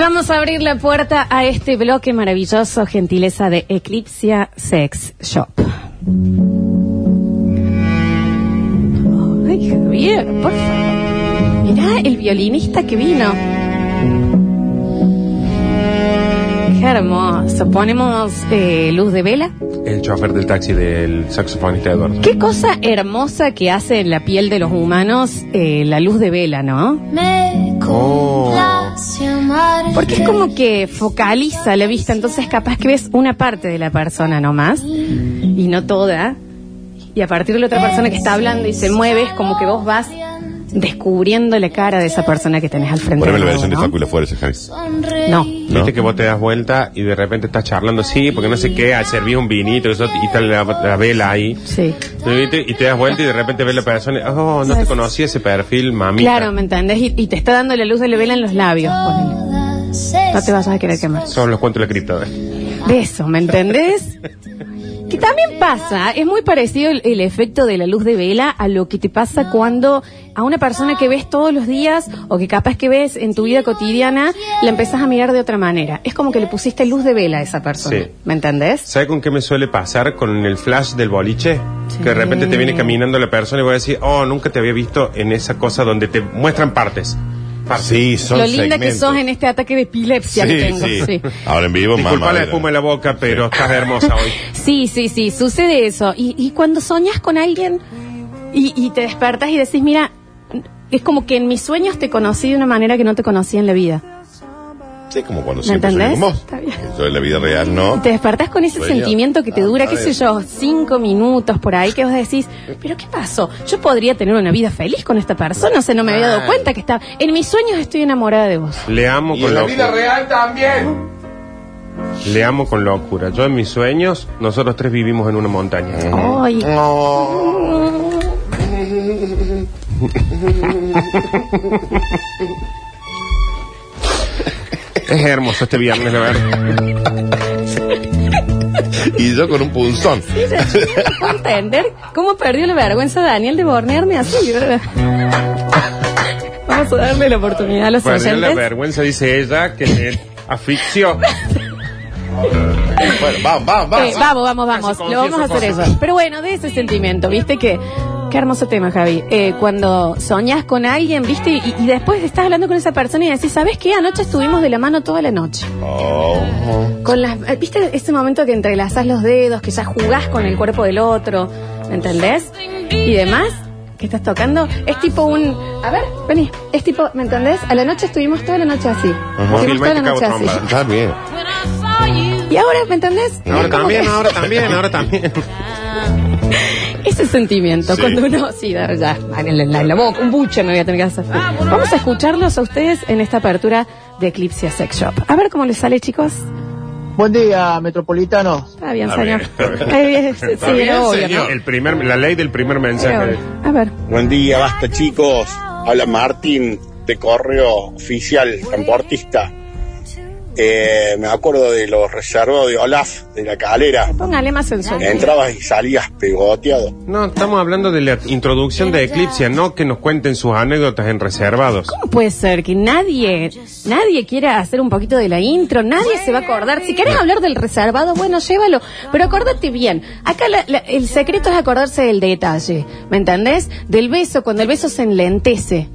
Vamos a abrir la puerta a este bloque maravilloso, gentileza de Eclipsia Sex Shop. Ay, Javier, por favor. Mirá el violinista que vino. Qué hermoso. Ponemos luz de vela. El chofer del taxi del saxofonista Eduardo. Qué cosa hermosa que hace en la piel de los humanos la luz de vela, ¿no? Porque es como que focaliza la vista, entonces capaz que ves una parte de la persona nomás y no toda. Y a partir de la otra persona que está hablando y se mueve, es como que vos vas descubriendo la cara de esa persona que tenés al frente. Poneme la versión de Facu y la Fuerza, Javi. No. Viste que vos te das vuelta y de repente estás charlando, sí, porque no sé qué, al servir un vinito eso, y está la vela ahí. Sí. Y te das vuelta y de repente ves la persona, oh, no te conocía ese perfil, mamita. Claro, ¿me entendés? Y te está dando la luz de la vela en los labios. Ponele. No te vas a querer quemar. Son los cuentos de la cripta. De eso, ¿me entendés? Que también pasa, es muy parecido el efecto de la luz de vela a lo que te pasa cuando a una persona que ves todos los días o que capaz que ves en tu vida cotidiana, la empezás a mirar de otra manera. Es como que le pusiste luz de vela a esa persona, sí. ¿Me entendés? ¿Sabes con qué me suele pasar? Con el flash del boliche. Sí. Que de repente te viene caminando la persona y voy a decir, oh, nunca te había visto en esa cosa donde te muestran partes. Sí, son lo linda segmentos. Que sos en este ataque de epilepsia que tengo. Sí. Ahora en vivo, disculpa la espuma en la boca, pero estás hermosa hoy. Sí, sucede eso. Y cuando soñas con alguien y te despertas y decís, mira, es como que en mis sueños te conocí de una manera que no te conocía en la vida. Sí, como cuando siempre soy con vos. Está bien. Eso en la vida real, ¿no? Te despertás con ese sentimiento que te dura, qué sé yo, 5 minutos por ahí, que vos decís, ¿pero qué pasó? Yo podría tener una vida feliz con esta persona, o sea, no me había dado cuenta que estaba... En mis sueños estoy enamorada de vos. Le amo con locura. Y en la vida real también. Le amo con locura. Yo en mis sueños, nosotros tres vivimos en una montaña. Ay. Es hermoso este viernes, de verdad. Y yo con un punzón. Sí, no puedo entender cómo perdió la vergüenza Daniel de bornearme así, ¿verdad? Vamos a darle la oportunidad a los oyentes. Perdió la vergüenza, dice ella, que me asfixió. Bueno, vamos. Lo vamos a hacer eso. Pero bueno, de ese sentimiento, ¿viste? Qué hermoso tema, Javi. Cuando soñás con alguien, ¿viste? Y después estás hablando con esa persona y decís, ¿sabes qué? Anoche estuvimos de la mano toda la noche. Con las, ¿viste? Ese momento que entrelazás los dedos, que ya jugás con el cuerpo del otro, ¿me entendés? Y demás, que estás tocando, es tipo un... A ver, vení, es tipo, ¿me entendés? A la noche estuvimos toda la noche así. Estuvimos toda la noche así. Está bien. Y ahora, ¿me entendés? Ahora también. Ese sentimiento, sí. Cuando uno... Sí, ya, en la boca, un buche me voy a tener que hacer. Vamos a escucharlos a ustedes en esta apertura de Eclipsia Sex Shop. A ver cómo les sale, chicos. Buen día, metropolitano. Está bien, señor. La ley del primer mensaje. A ver. Buen día, basta, chicos. Habla Martín, de Correo Oficial, transportista. Me acuerdo de los reservados de Olaf, de la Calera. Póngale más sensual. Entrabas y salías pegoteado. No, estamos hablando de la introducción de Eclipsia, no que nos cuenten sus anécdotas en reservados. ¿Cómo puede ser que nadie quiera hacer un poquito de la intro? Nadie se va a acordar. Si querés hablar del reservado, bueno, llévalo. Pero acordate bien. Acá el secreto es acordarse del detalle. ¿Me entendés? Del beso, cuando el beso se enlentece.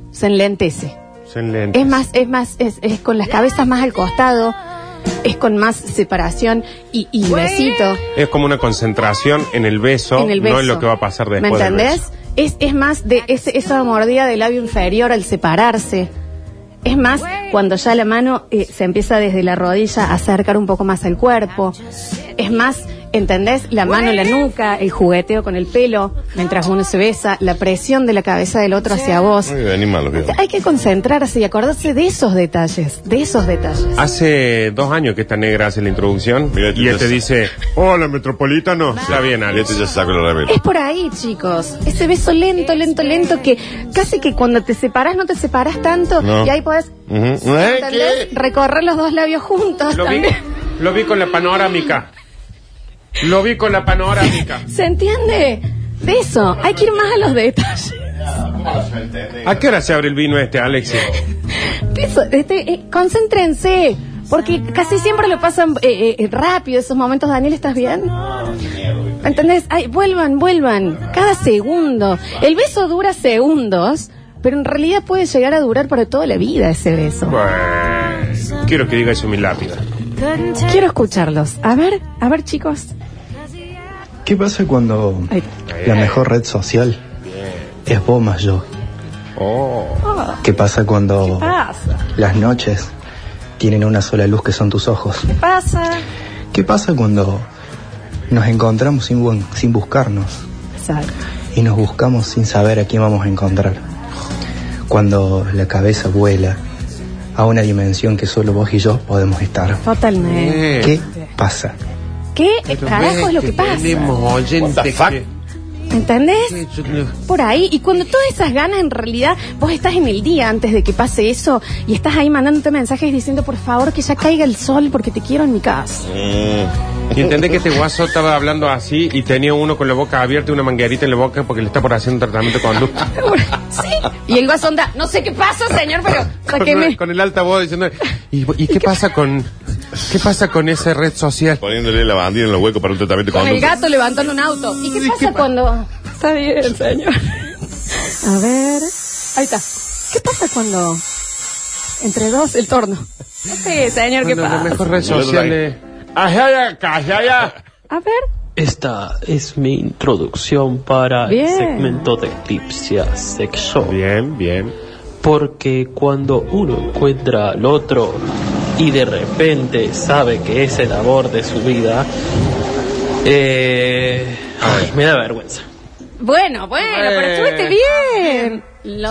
Es con las cabezas más al costado, es con más separación y besito. Es como una concentración en el beso, no en lo que va a pasar después. ¿Me entendés? Es más de esa mordida del labio inferior al separarse. Es más cuando ya la mano se empieza desde la rodilla a acercar un poco más al cuerpo. Es más, ¿entendés? La mano en la nuca, el jugueteo con el pelo mientras uno se besa, la presión de la cabeza del otro hacia vos. Muy bien, hay que concentrarse y acordarse de esos detalles, Hace 2 años que esta negra hace la introducción. Mira, y él te dice, hola, metropolitano. Está bien, Alex. Ya saco la remera. Es por ahí, chicos. Ese beso lento, que casi que cuando te separás no te separás tanto. No. Y ahí podés recorrer los dos labios juntos. Lo vi con la panorámica. ¿Se entiende? De eso, hay que ir más a los detalles. ¿A qué hora se abre el vino Alexis? Concéntrense, porque casi siempre lo pasan rápido esos momentos. Daniel, ¿estás bien? ¿Entendés? Ay, vuelvan, cada segundo. El beso dura segundos, pero en realidad puede llegar a durar para toda la vida ese beso. Bueno, quiero que diga eso mi lápida. Quiero escucharlos. A ver, chicos. ¿Qué pasa cuando la mejor red social es vos más yo? ¿Qué pasa cuando las noches tienen una sola luz que son tus ojos? ¿Qué pasa cuando nos encontramos sin buscarnos? Exacto. Y nos buscamos sin saber a quién vamos a encontrar? Cuando la cabeza vuela a una dimensión que solo vos y yo podemos estar. Totalmente. ¿Qué pasa? ¿Qué carajo es lo que pasa? ¿Entendés? Por ahí. Y cuando todas esas ganas, en realidad, vos estás en el día antes de que pase eso y estás ahí mandándote mensajes diciendo, por favor, que ya caiga el sol porque te quiero en mi casa. Y entendés que este guaso estaba hablando así y tenía uno con la boca abierta y una manguerita en la boca porque le está por hacer un tratamiento con luz. Sí. Y el guaso anda, no sé qué pasa, señor, pero sáqueme. Con el alta voz diciendo, ¿y qué pasa con esa red social? Poniéndole la bandina en los huecos para un tratamiento con el gato levantando un auto. ¿Y qué pasa cuando...? Está bien, señor. A ver... Ahí está. ¿Qué pasa cuando... entre dos, el torno? Sí, señor, ¿qué pasa? La mejor red social es... A ver... Esta es mi introducción para el segmento de Eclipse Sex Shop. Bien. Porque cuando uno encuentra al otro y de repente sabe que es el amor de su vida, me da vergüenza. Bueno, pero estuviste bien.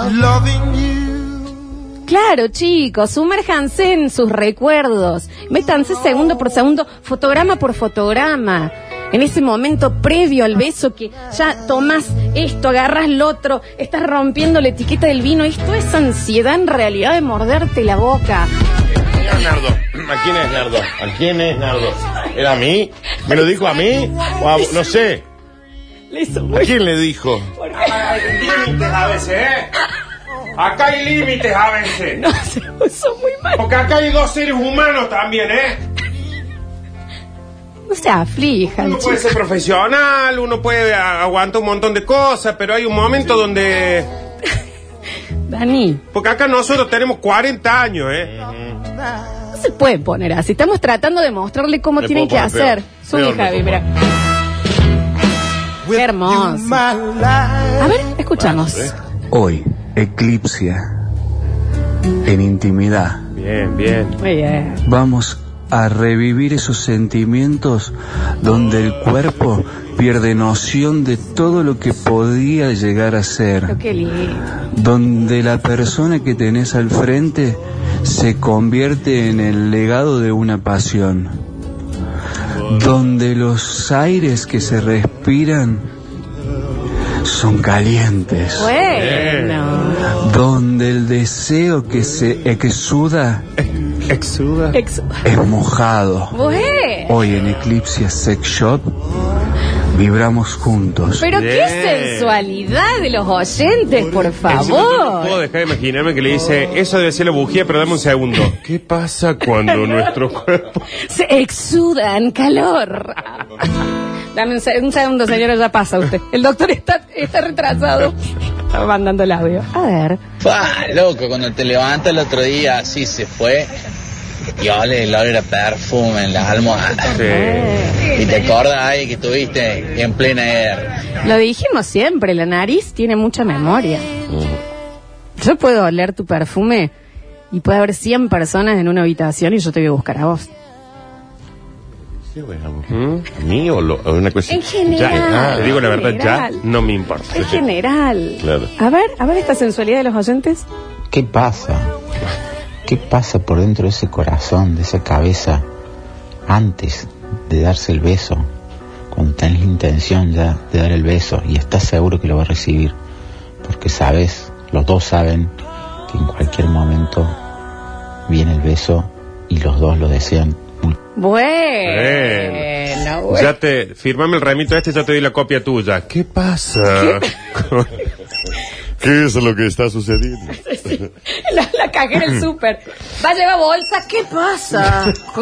Claro, chicos, sumérjanse en sus recuerdos. Métanse segundo por segundo, fotograma por fotograma. En ese momento previo al beso que ya tomás esto, agarras lo otro, estás rompiendo la etiqueta del vino. Esto es ansiedad en realidad de morderte la boca. Nardo, ¿a quién es Nardo? ¿Era a mí? ¿Me lo dijo a mí? No sé. ¿A quién le dijo? Hay límites a veces, Acá hay límites a veces. No, se puso muy mal. Porque acá hay dos seres humanos también, No se aflijan. Uno puede ser profesional, uno puede aguantar un montón de cosas, pero hay un momento donde... Dani. Porque acá nosotros tenemos 40 años, No se puede poner así. Estamos tratando de mostrarle cómo tienen que hacer. Sube, Javi, mira. Qué hermoso. A ver, escuchamos. Hoy, Eclipse en intimidad. Bien. Muy bien. Vamos a revivir esos sentimientos donde el cuerpo pierde noción de todo lo que podía llegar a ser. Qué lindo. Donde la persona que tenés al frente se convierte en el legado de una pasión. Donde los aires que se respiran son calientes. Bueno. Donde el deseo que se exuda es mojado. Bueno. Hoy en Eclipse Sex Shop vibramos juntos. Pero qué sensualidad de los oyentes, por favor. No puedo dejar de imaginarme que le dice, eso debe ser la bujía, pero dame un segundo. ¿Qué pasa cuando nuestro cuerpo se exudan calor? Dame un segundo, señora, ya pasa usted. El doctor está retrasado. Estaba mandando el audio. A ver. Loco, cuando te levantas el otro día, así se fue. Y ole, el olor a perfume en las almohadas. Sí. Y te acordás ahí que estuviste en plena guerra. Lo dijimos siempre, la nariz tiene mucha memoria. Yo puedo oler tu perfume y puede haber 100 personas en una habitación y yo te voy a buscar a vos. ¿A mí o una cosa? En general. Te digo la verdad, ya no me importa. En general. Claro. A ver esta sensualidad de los oyentes. ¿Qué pasa? ¿Qué pasa por dentro de ese corazón, de esa cabeza, antes de darse el beso? Cuando tenés la intención ya de dar el beso y estás seguro que lo vas a recibir. Porque sabes, los dos saben que en cualquier momento viene el beso y los dos lo desean. Bueno. Ya firmame el remito ya te doy la copia tuya. ¿Qué pasa? ¿Qué es lo que está sucediendo? Sí. La cajera del súper. Va a llevar bolsa. ¿Qué pasa?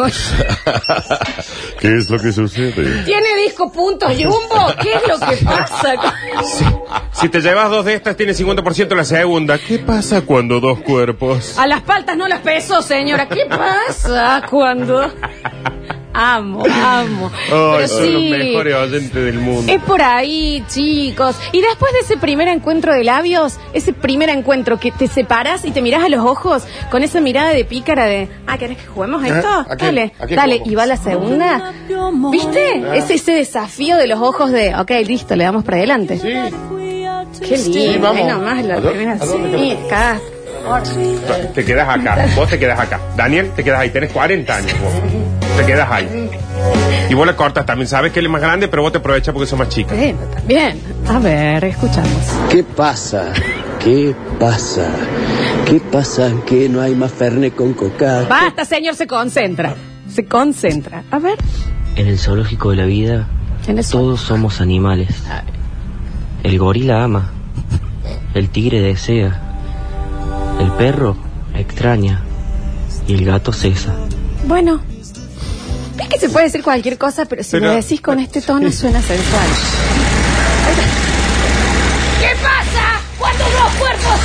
¿Qué es lo que sucede? ¿Tiene disco puntos Jumbo? ¿Qué es lo que pasa? Sí. Si te llevas 2 de estas, tienes 50% la segunda. ¿Qué pasa cuando 2 cuerpos? A las paltas no las peso, señora. ¿Qué pasa cuando...? Amo. Pero son los mejores oyentes del mundo. Es por ahí, chicos. Y después de ese primer encuentro de labios, ese primer encuentro que te separas y te miras a los ojos con esa mirada de pícara de, ¿querés que juguemos esto? Dale. Jugamos? Y va la segunda. ¿Viste? Es ese desafío de los ojos de, ok, listo, le damos para adelante. Sí. Qué lindo. Sí, vamos. Ahí nomás la primera. Sí, acá. Te quedas acá. Vos te quedas acá. Daniel, te quedas ahí. Tenés 40 años vos. Te quedas ahí. Y vos la cortas también. Sabes que él es más grande, pero vos te aprovechas porque sos más chica. Bueno, también. A ver, escuchamos. ¿Qué pasa? ¿Qué pasa que no hay más Fernet con coca? Basta, señor, se concentra. A ver. En el zoológico de la vida, todos somos animales. El gorila ama. El tigre desea. El perro extraña. Y el gato cesa. Bueno. Es que se puede decir cualquier cosa, pero si lo decís con este tono suena sensual. ¿Qué pasa cuando 2 cuerpos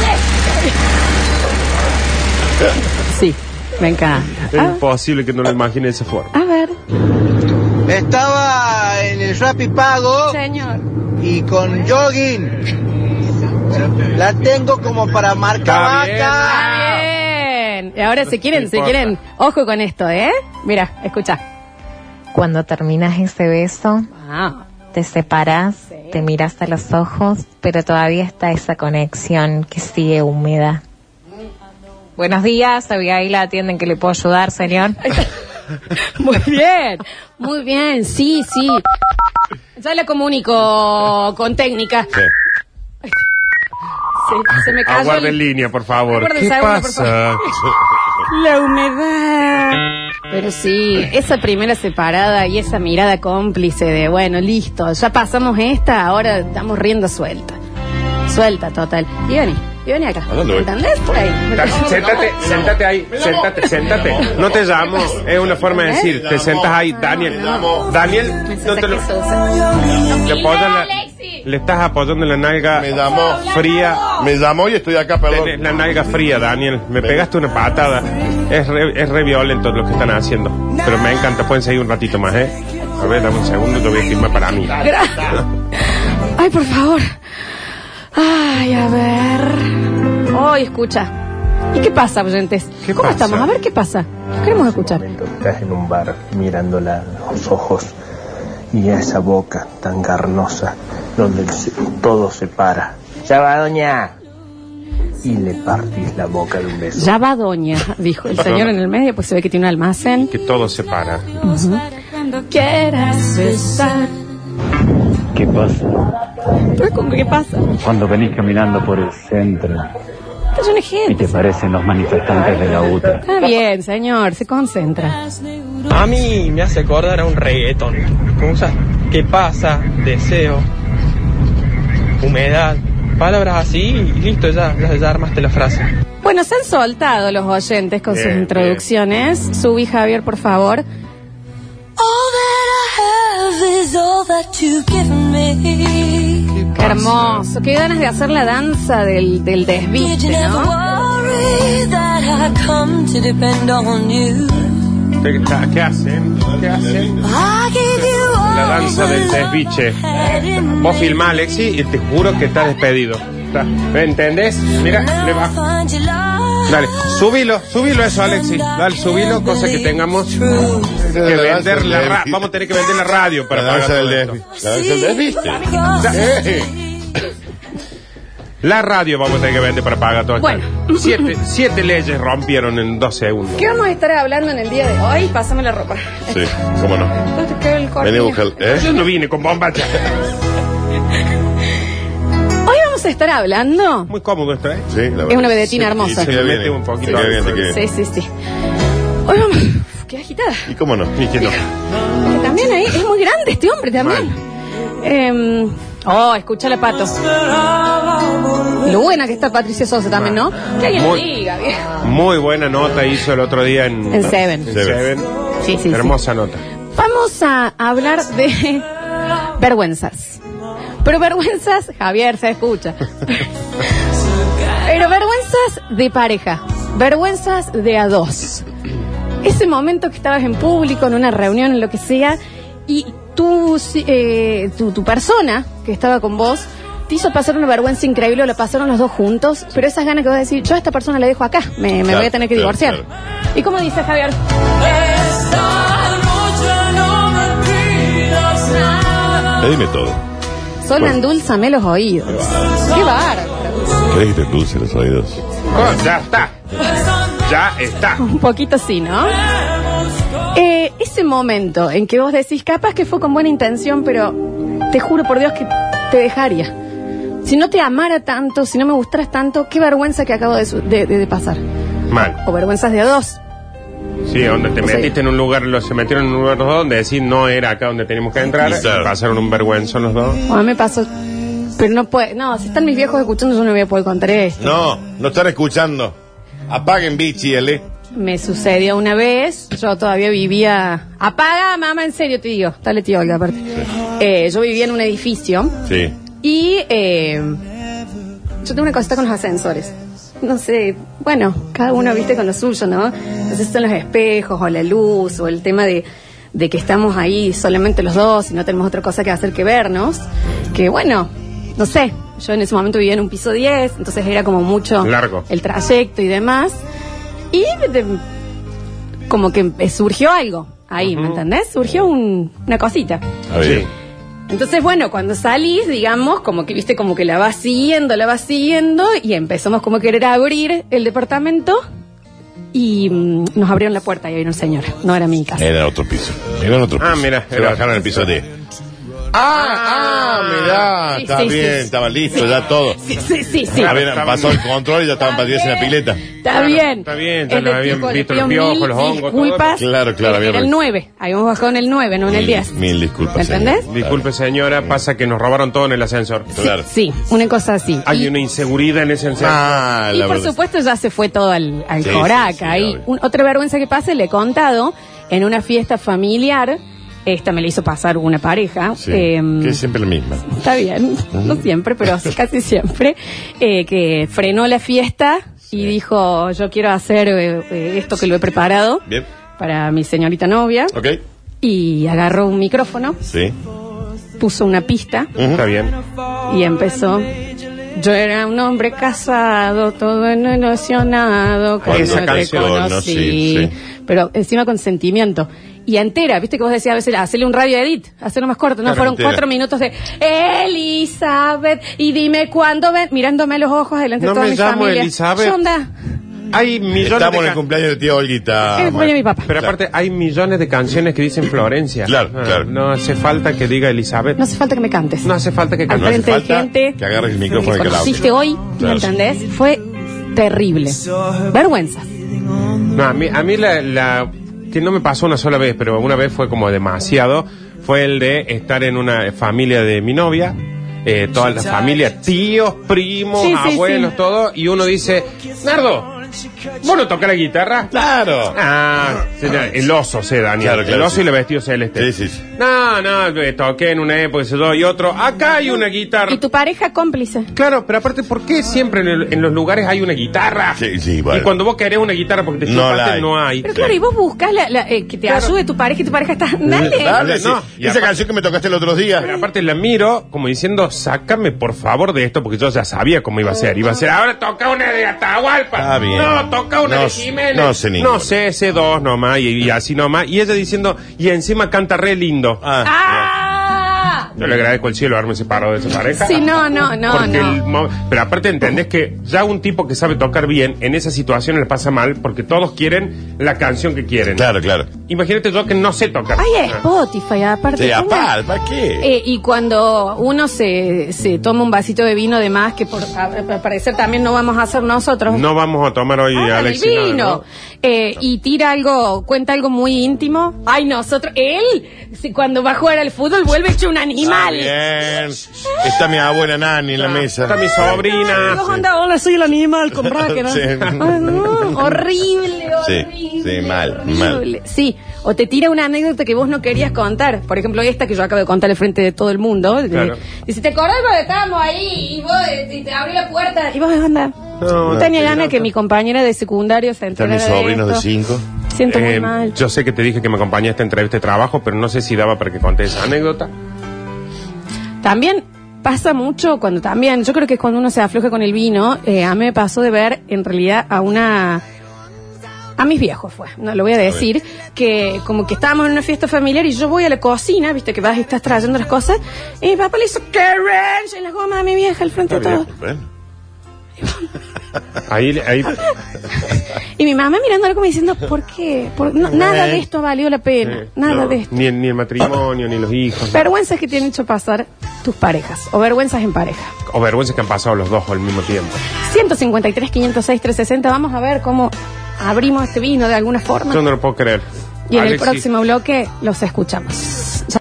se...? Sí, me encanta. Es imposible que no lo imagine de esa forma. A ver. Estaba en el Rappi Pago. Señor. Y con jogging. La tengo como para marcar vaca. Está bien. Y ahora se quieren. Ojo con esto, ¿eh? Mira, escucha. Cuando terminas ese beso, te separas, te miras a los ojos, pero todavía está esa conexión que sigue húmeda. Buenos días, Abigail, atienden, que le puedo ayudar, señor. Muy bien, sí. Ya la comunico con técnica. Sí. Se me cayó. Aguarde en línea, por favor. ¿Qué pasa? La humedad. Pero sí, esa primera separada y esa mirada cómplice de, bueno, listo, ya pasamos esta, ahora damos rienda suelta. Suelta, total. Y vení acá. ¿A dónde voy? ¿Entendés? Por ahí. Sentate ahí. Sentate. No te llamo. Es una forma de decir. Te sentas ahí, Daniel. Daniel, no te lo... Le estás apoyando en la nalga fría. Me llamó y estoy acá, perdón. Tenés la nalga fría, Daniel. Me pegaste una patada. Es re violento lo que están haciendo. Pero me encanta. Pueden seguir un ratito más, ¿eh? A ver, dame un segundo. Te voy a firmar para mí. Ay, por favor. Ay, a ver. Hoy escucha. ¿Y qué pasa, oyentes? ¿Cómo estamos? A ver qué pasa. Queremos escuchar. Estás en un bar mirándola a los ojos y a esa boca tan carnosa donde todo se para. Ya va, doña. Y le partís la boca de un beso. Ya va, doña, dijo el señor en el medio, pues se ve que tiene un almacén. Que todo se para. Quieras besar. ¿Qué pasa? ¿Cómo qué pasa? Cuando venís caminando por el centro Es un ejemplo. y te parecen los manifestantes de la UTA. Está bien, señor, se concentra. A mí me hace acordar a un reggaetón. ¿Cómo usas? ¿Qué pasa? Deseo. Humedad. Palabras así y listo, ya armaste la frase. Bueno, se han soltado los oyentes con sus introducciones. Subí, Javier, por favor. Qué hermoso. Qué ganas de hacer la danza del desviste, ¿no? ¿Qué hacen? La danza del desbiche. Vos filmá, Alexi, y te juro que estás despedido. ¿Me entendés? Mira, le bajo. Dale, subilo eso, Alexi. Dale, subilo, cosa que tengamos que vender la radio. Vamos a tener que vender la radio para la danza del desviste. La radio vamos a tener que vender para pagar todo esto. Bueno. 7 leyes rompieron en 2 segundos. ¿Qué vamos a estar hablando en el día de hoy? Pásame la ropa. Sí, cómo no. ¿Dónde quedó el corte? Vení a buscar, Yo no vine con bombacha. Hoy vamos a estar hablando. Muy cómodo esto, ¿eh? Sí, la verdad. Es una vedetina hermosa. Se le mete un poquito. Sí. Hoy vamos. Qué agitada. ¿Y cómo no? Ni que no. Que también ahí es muy grande este hombre también. Oh, escúchale, Pato. Lo buena que está Patricia Sosa también, ¿no? Que alguien lo diga, viejo. Muy buena nota hizo el otro día en Seven. Sí. Hermosa nota. Vamos a hablar de vergüenzas. Pero vergüenzas, Javier, se escucha. Pero vergüenzas de pareja. Vergüenzas de a dos. Ese momento que estabas en público, en una reunión, en lo que sea, y tu persona que estaba con vos te hizo pasar una vergüenza increíble, o la pasaron los dos juntos, pero esas ganas que vas a decir, yo a esta persona la dejo acá, me voy a tener que divorciar. Claro. ¿Y cómo dice Javier? Dime todo. Solo endulzame los oídos. ¡Qué bárbaro! ¿Querés que te endulce los oídos? Ya está. Ya está. Un poquito sí, ¿no? Ese momento en que vos decís, capaz que fue con buena intención, pero te juro por Dios que te dejaría. Si no te amara tanto, si no me gustaras tanto, qué vergüenza que acabo de pasar. Mal. O vergüenzas de a dos. Sí, donde te metiste en un lugar, se metieron en un lugar los dos, donde decís no era acá donde teníamos que entrar, pasaron un vergüenza los dos. O a mí me pasó, pero no puede, no, si están mis viejos escuchando yo no voy a poder contar esto. No están escuchando. Apaguen bichi, Me sucedió una vez, yo todavía vivía... Apaga, mamá, en serio te digo. Dale, tío Olga, aparte. Sí. Yo vivía en un edificio. Sí. Y yo tengo una cosita con los ascensores. No sé, bueno, cada uno viste con lo suyo, ¿no? No sé si son los espejos o la luz o el tema de que estamos ahí solamente los dos y no tenemos otra cosa que hacer que vernos. Que bueno, no sé, yo en ese momento vivía en un piso 10, entonces era como mucho largo el trayecto y demás. Y como que surgió algo ahí, ¿me entendés? Surgió una cosita. A ver. Sí. Entonces, bueno, cuando salís, digamos, como que viste, como que la vas siguiendo, y empezamos como a querer abrir el departamento y nos abrieron la puerta y había una señora. No era mi casa. Era otro piso. Era en otro piso. Mira. Se bajaron el piso D. Mirá, sí, está sí, bien, sí, estaba listo, ya todo. Sí. Pasó el control y ya estaban patidos en la pileta. Está bien. Ya nos habían visto los piojos, los hongos. Disculpas. Claro. Era el 9. Habíamos bajado en el 9, no en el 10. Mil disculpas. ¿Me entendés? Señor. Disculpe, señora, pasa que nos robaron todo en el ascensor. Claro. Sí, una cosa así. Hay una inseguridad en ese ascensor. Y por supuesto ya se fue todo al coraca. Sí, otra vergüenza que pasa, le he contado, en una fiesta familiar. Esta me la hizo pasar una pareja. Sí, que es siempre la misma. Está bien, no siempre, pero casi siempre. Que frenó la fiesta y dijo, yo quiero hacer esto que lo he preparado. Bien. Para mi señorita novia. Ok. Y agarró un micrófono. Sí. Puso una pista. Está bien. Y empezó. Yo era un hombre casado, todo emocionado, cuando te conocí. Sí. Pero encima con sentimiento. Y entera, viste que vos decías a veces, hacerle un radio edit, hacerlo más corto, no, fueron entera. 4 minutos de Elizabeth, y dime cuándo ven, mirándome a los ojos delante de toda mi familia. No me llamo Elizabeth. ¿Qué onda? Hay millones Estamos en el cumpleaños de tía Olguita. El cumpleaños de mi papá. Pero aparte hay millones de canciones que dicen Florencia. Claro. No hace falta que diga Elizabeth. No hace falta que me cantes. No hace falta que cantes. Al frente de gente que agarres el micrófono y que la conociste hoy, ¿me entendés? Fue terrible. Vergüenza. No, a mí la que no me pasó una sola vez, pero una vez fue como demasiado, fue el de estar en una familia de mi novia, toda la familia, tíos, primos, abuelos, todo, y uno dice, Nardo, ¿vos no tocás la guitarra? Claro. El oso, Daniel. Claro, el oso y el vestido celeste. Sí. No, toqué en una época, y otro, acá hay una guitarra. ¿Y tu pareja cómplice? Claro, pero aparte, ¿por qué siempre en los lugares hay una guitarra? Sí, bueno. Y cuando vos querés una guitarra porque te chupaste, no hay. Pero claro, y vos buscás que te ayude tu pareja y tu pareja está... Dale. No. Y esa canción que me tocaste el otro día. Pero aparte la miro como diciendo, sácame por favor de esto, porque yo ya sabía cómo iba a ser. Iba a ser, ahora toca una de Atahualpa. Está bien. No, toca una de Jiménez. No sé dos nomás y así nomás. Y ella diciendo, y encima canta re lindo. Yo le agradezco al cielo haberme separado de esa pareja. Sí, no. Pero aparte entendés que ya un tipo que sabe tocar bien, en esa situación le pasa mal, porque todos quieren la canción que quieren. Claro. Imagínate yo que no sé tocar. Hay Spotify, aparte. Sí, aparte, ¿para qué? Y cuando uno se toma un vasito de vino de más, que al parecer también no vamos a hacer nosotros. No vamos a tomar hoy, Alex. El vino. ¿No? Y tira algo, cuenta algo muy íntimo. Ay, él, cuando va a jugar al fútbol, vuelve hecho un animal. animal. Bien. Está mi abuela Nani en la mesa. Está mi sobrina. Hola, soy el animal con braque, ¿no? Sí. Horrible. Sí, mal. Sí, o te tira una anécdota que vos no querías contar. Por ejemplo, esta que yo acabo de contar al frente de todo el mundo. Claro. Dice, ¿te acordás cuando estábamos ahí y vos te abrí la puerta? Y vos, anda. No tenía ganas que mi compañera de secundario se enterara de esto. Están mis sobrinos de 5. Siento muy mal. Yo sé que te dije que me acompañaste a esta entrevista de trabajo, pero no sé si daba para que conté esa anécdota. También pasa mucho cuando también, yo creo que es cuando uno se afloja con el vino. A mí me pasó de ver en realidad a mis viejos no lo voy a decir, que como que estábamos en una fiesta familiar y yo voy a la cocina, viste que vas y estás trayendo las cosas, y mi papá le hizo ranch en las gomas de mi vieja al frente de todo. Ahí. Y mi mamá mirándolo como diciendo, ¿por qué? Nada de esto valió la pena. Nada de esto. Ni el matrimonio, ni los hijos. Vergüenzas que te han hecho pasar tus parejas. O vergüenzas en pareja. O vergüenzas que han pasado los dos al mismo tiempo. 153, 506, 360. Vamos a ver cómo abrimos este vino de alguna forma. Yo no lo puedo creer. Y en el próximo bloque los escuchamos.